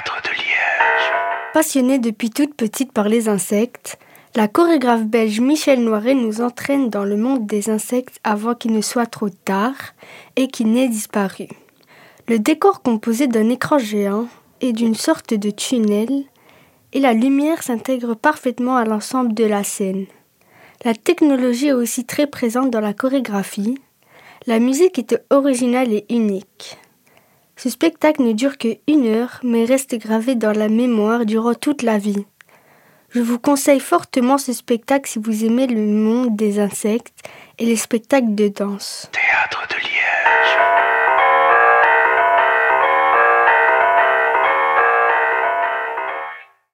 Théâtre de Liège. Passionnée depuis toute petite par les insectes, la chorégraphe belge Michèle Noiret nous entraîne dans le monde des insectes avant qu'il ne soit trop tard et qu'il n'ait disparu. Le décor composé d'un écran géant et d'une sorte de tunnel, et la lumière s'intègre parfaitement à l'ensemble de la scène. La technologie est aussi très présente dans la chorégraphie. La musique est originale et unique. Ce spectacle ne dure que 1 heure, mais reste gravé dans la mémoire durant toute la vie. Je vous conseille fortement ce spectacle si vous aimez le monde des insectes et les spectacles de danse. Théâtre de Liège.